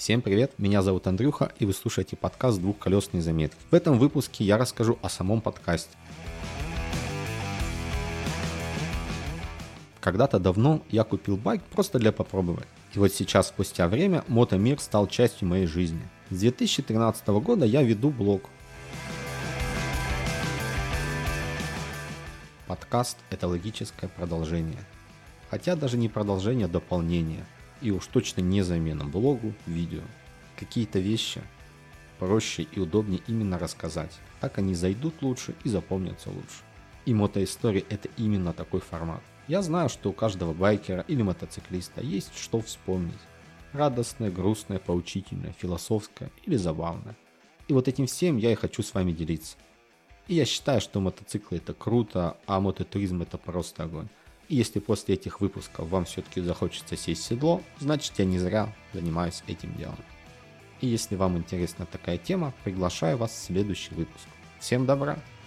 Всем привет, меня зовут Андрюха, и вы слушаете подкаст «Двухколесные заметки». В этом выпуске я расскажу о самом подкасте. Когда-то давно я купил байк просто для попробовать. И вот сейчас, спустя время, мотомир стал частью моей жизни. С 2013 года я веду блог. Подкаст – это логическое продолжение. Хотя даже не продолжение, а дополнение. И уж точно не замена блогу, видео. Какие-то вещи проще и удобнее именно рассказать. Так они зайдут лучше и запомнятся лучше. И мотоистория – это именно такой формат. Я знаю, что у каждого байкера или мотоциклиста есть что вспомнить. Радостное, грустное, поучительное, философское или забавное. И вот этим всем я и хочу с вами делиться. И я считаю, что мотоциклы это круто, а мототуризм это просто огонь. И если после этих выпусков вам все-таки захочется сесть в седло, значит я не зря занимаюсь этим делом. И если вам интересна такая тема, приглашаю вас в следующий выпуск. Всем добра!